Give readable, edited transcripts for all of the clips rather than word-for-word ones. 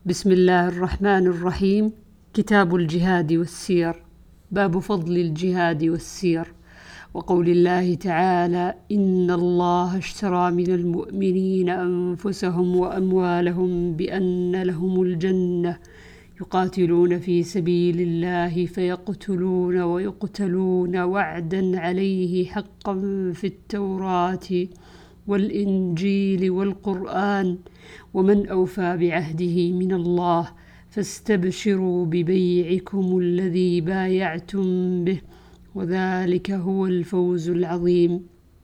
بسم الله الرحمن الرحيم. كتاب الجهاد والسير. باب فضل الجهاد والسير، وقول الله تعالى: إن الله اشترى من المؤمنين أنفسهم وأموالهم بأن لهم الجنة يقاتلون في سبيل الله فيقتلون ويقتلون وعدا عليه حقا في التوراة والإنجيل والقرآن، ومن أوفى بعهده من الله، فاستبشروا ببيعكم الذي بايعتم به، وذلك هو الفوز العظيم.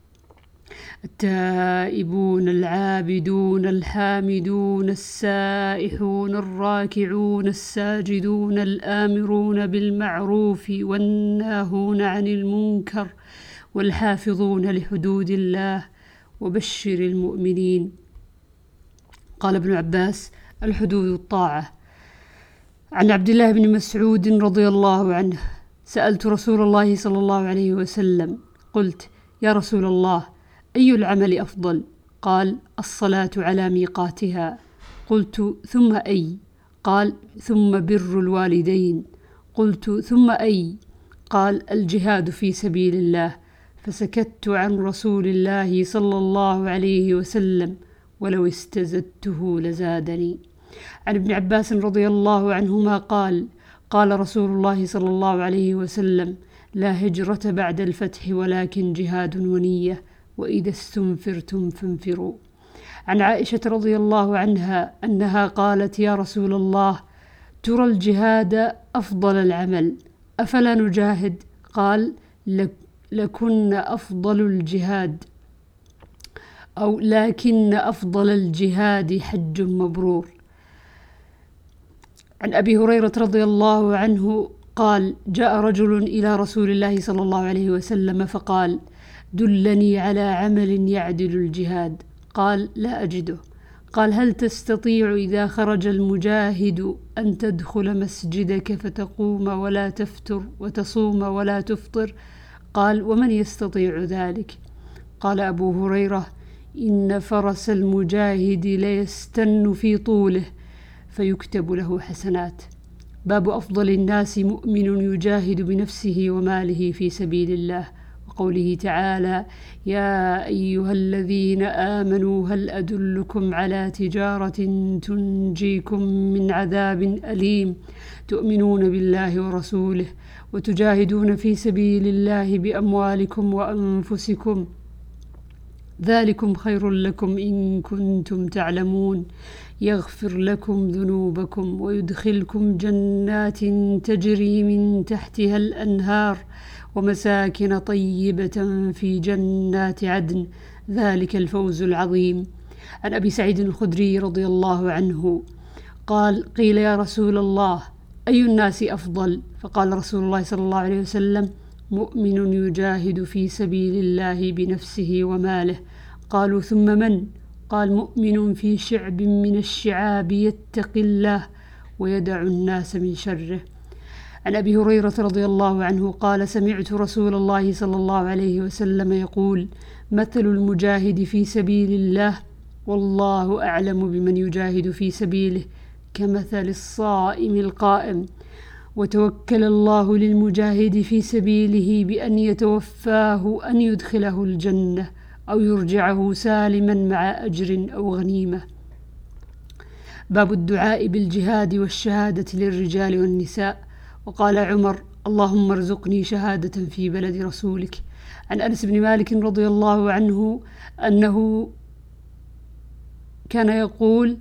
التائبون العابدون الحامدون السائحون الراكعون الساجدون الآمرون بالمعروف والناهون عن المنكر والحافظون لحدود الله، وبشر المؤمنين. قال ابن عباس: الحدود الطاعة. عن عبد الله بن مسعود رضي الله عنه: سألت رسول الله صلى الله عليه وسلم، قلت: يا رسول الله، أي العمل أفضل؟ قال: الصلاة على ميقاتها. قلت: ثم أي؟ قال: ثم بر الوالدين. قلت: ثم أي؟ قال: الجهاد في سبيل الله. فسكت عن رسول الله صلى الله عليه وسلم، ولو استزدته لزادني. عن ابن عباس رضي الله عنهما قال: قال رسول الله صلى الله عليه وسلم: لا هجرة بعد الفتح ولكن جهاد ونية، وإذا استنفرتم فانفروا. عن عائشة رضي الله عنها أنها قالت: يا رسول الله، ترى الجهاد أفضل العمل، أفلا نجاهد؟ قال: لكن أفضل الجهاد، أو لكن أفضل الجهاد حج مبرور. عن أبي هريرة رضي الله عنه قال: جاء رجل إلى رسول الله صلى الله عليه وسلم فقال: دلني على عمل يعدل الجهاد. قال: لا أجده. قال: هل تستطيع إذا خرج المجاهد أن تدخل مسجدك فتقوم ولا تفتر وتصوم ولا تفطر؟ قال: ومن يستطيع ذلك؟ قال أبو هريرة: إن فرس المجاهد ليستن في طوله فيكتب له حسنات. باب أفضل الناس مؤمن يجاهد بنفسه وماله في سبيل الله، وقوله تعالى: يا أيها الذين آمنوا هل أدلكم على تجارة تنجيكم من عذاب أليم تؤمنون بالله ورسوله وتجاهدون في سبيل الله بأموالكم وأنفسكم، ذلكم خير لكم إن كنتم تعلمون، يغفر لكم ذنوبكم ويدخلكم جنات تجري من تحتها الأنهار ومساكن طيبة في جنات عدن، ذلك الفوز العظيم. عن أبي سعيد الخدري رضي الله عنه قال: قيل: يا رسول الله، أي الناس أفضل؟ فقال رسول الله صلى الله عليه وسلم: مؤمن يجاهد في سبيل الله بنفسه وماله. قالوا: ثم من؟ قال: مؤمن في شعب من الشعاب يتقي الله ويدع الناس من شره. عن أبي هريرة رضي الله عنه قال: سمعت رسول الله صلى الله عليه وسلم يقول: مثل المجاهد في سبيل الله والله أعلم بمن يجاهد في سبيله كمثل الصائم القائم، وتوكل الله للمجاهد في سبيله بأن يتوفاه أن يدخله الجنة أو يرجعه سالما مع أجر أو غنيمة. باب الدعاء بالجهاد والشهادة للرجال والنساء. وقال عمر: اللهم ارزقني شهادة في بلد رسولك. عن أنس بن مالك رضي الله عنه أنه كان يقول: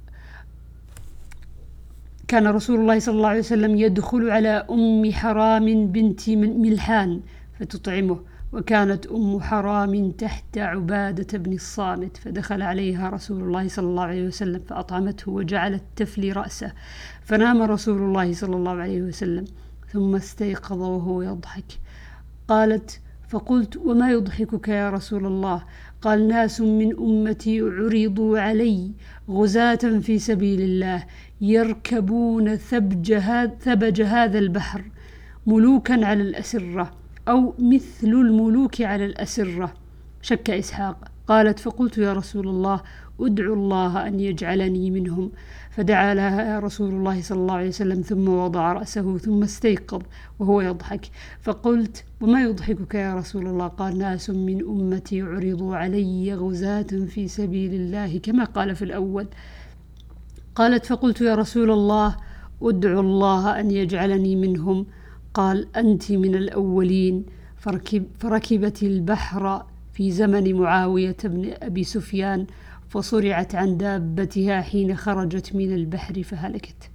كان رسول الله صلى الله عليه وسلم يدخل على أم حرام بنت ملحان فتطعمه، وكانت أم حرام تحت عبادة بن الصامت، فدخل عليها رسول الله صلى الله عليه وسلم فأطعمته وجعلت تفلي رأسه، فنام رسول الله صلى الله عليه وسلم ثم استيقظ وهو يضحك. قالت: فقلت: وما يضحكك يا رسول الله؟ قال: ناس من أمتي عرضوا علي غزاة في سبيل الله يركبون ثبج هذا البحر ملوكا على الأسرة، أو مثل الملوك على الأسرة. شك إسحاق. قالت: فقلت: يا رسول الله، ادعوا الله أن يجعلني منهم. فدعا لها رسول الله صلى الله عليه وسلم ثم وضع رأسه ثم استيقظ وهو يضحك. فقلت: وما يضحكك يا رسول الله؟ قال: ناس من أمتي عرضوا علي غزاة في سبيل الله كما قال في الأول. قالت: فقلت: يا رسول الله ادعوا الله أن يجعلني منهم. قال: أنت من الأولين. فركبت البحر في زمن معاوية بن أبي سفيان، فصرعت عن دابتها حين خرجت من البحر فهلكت.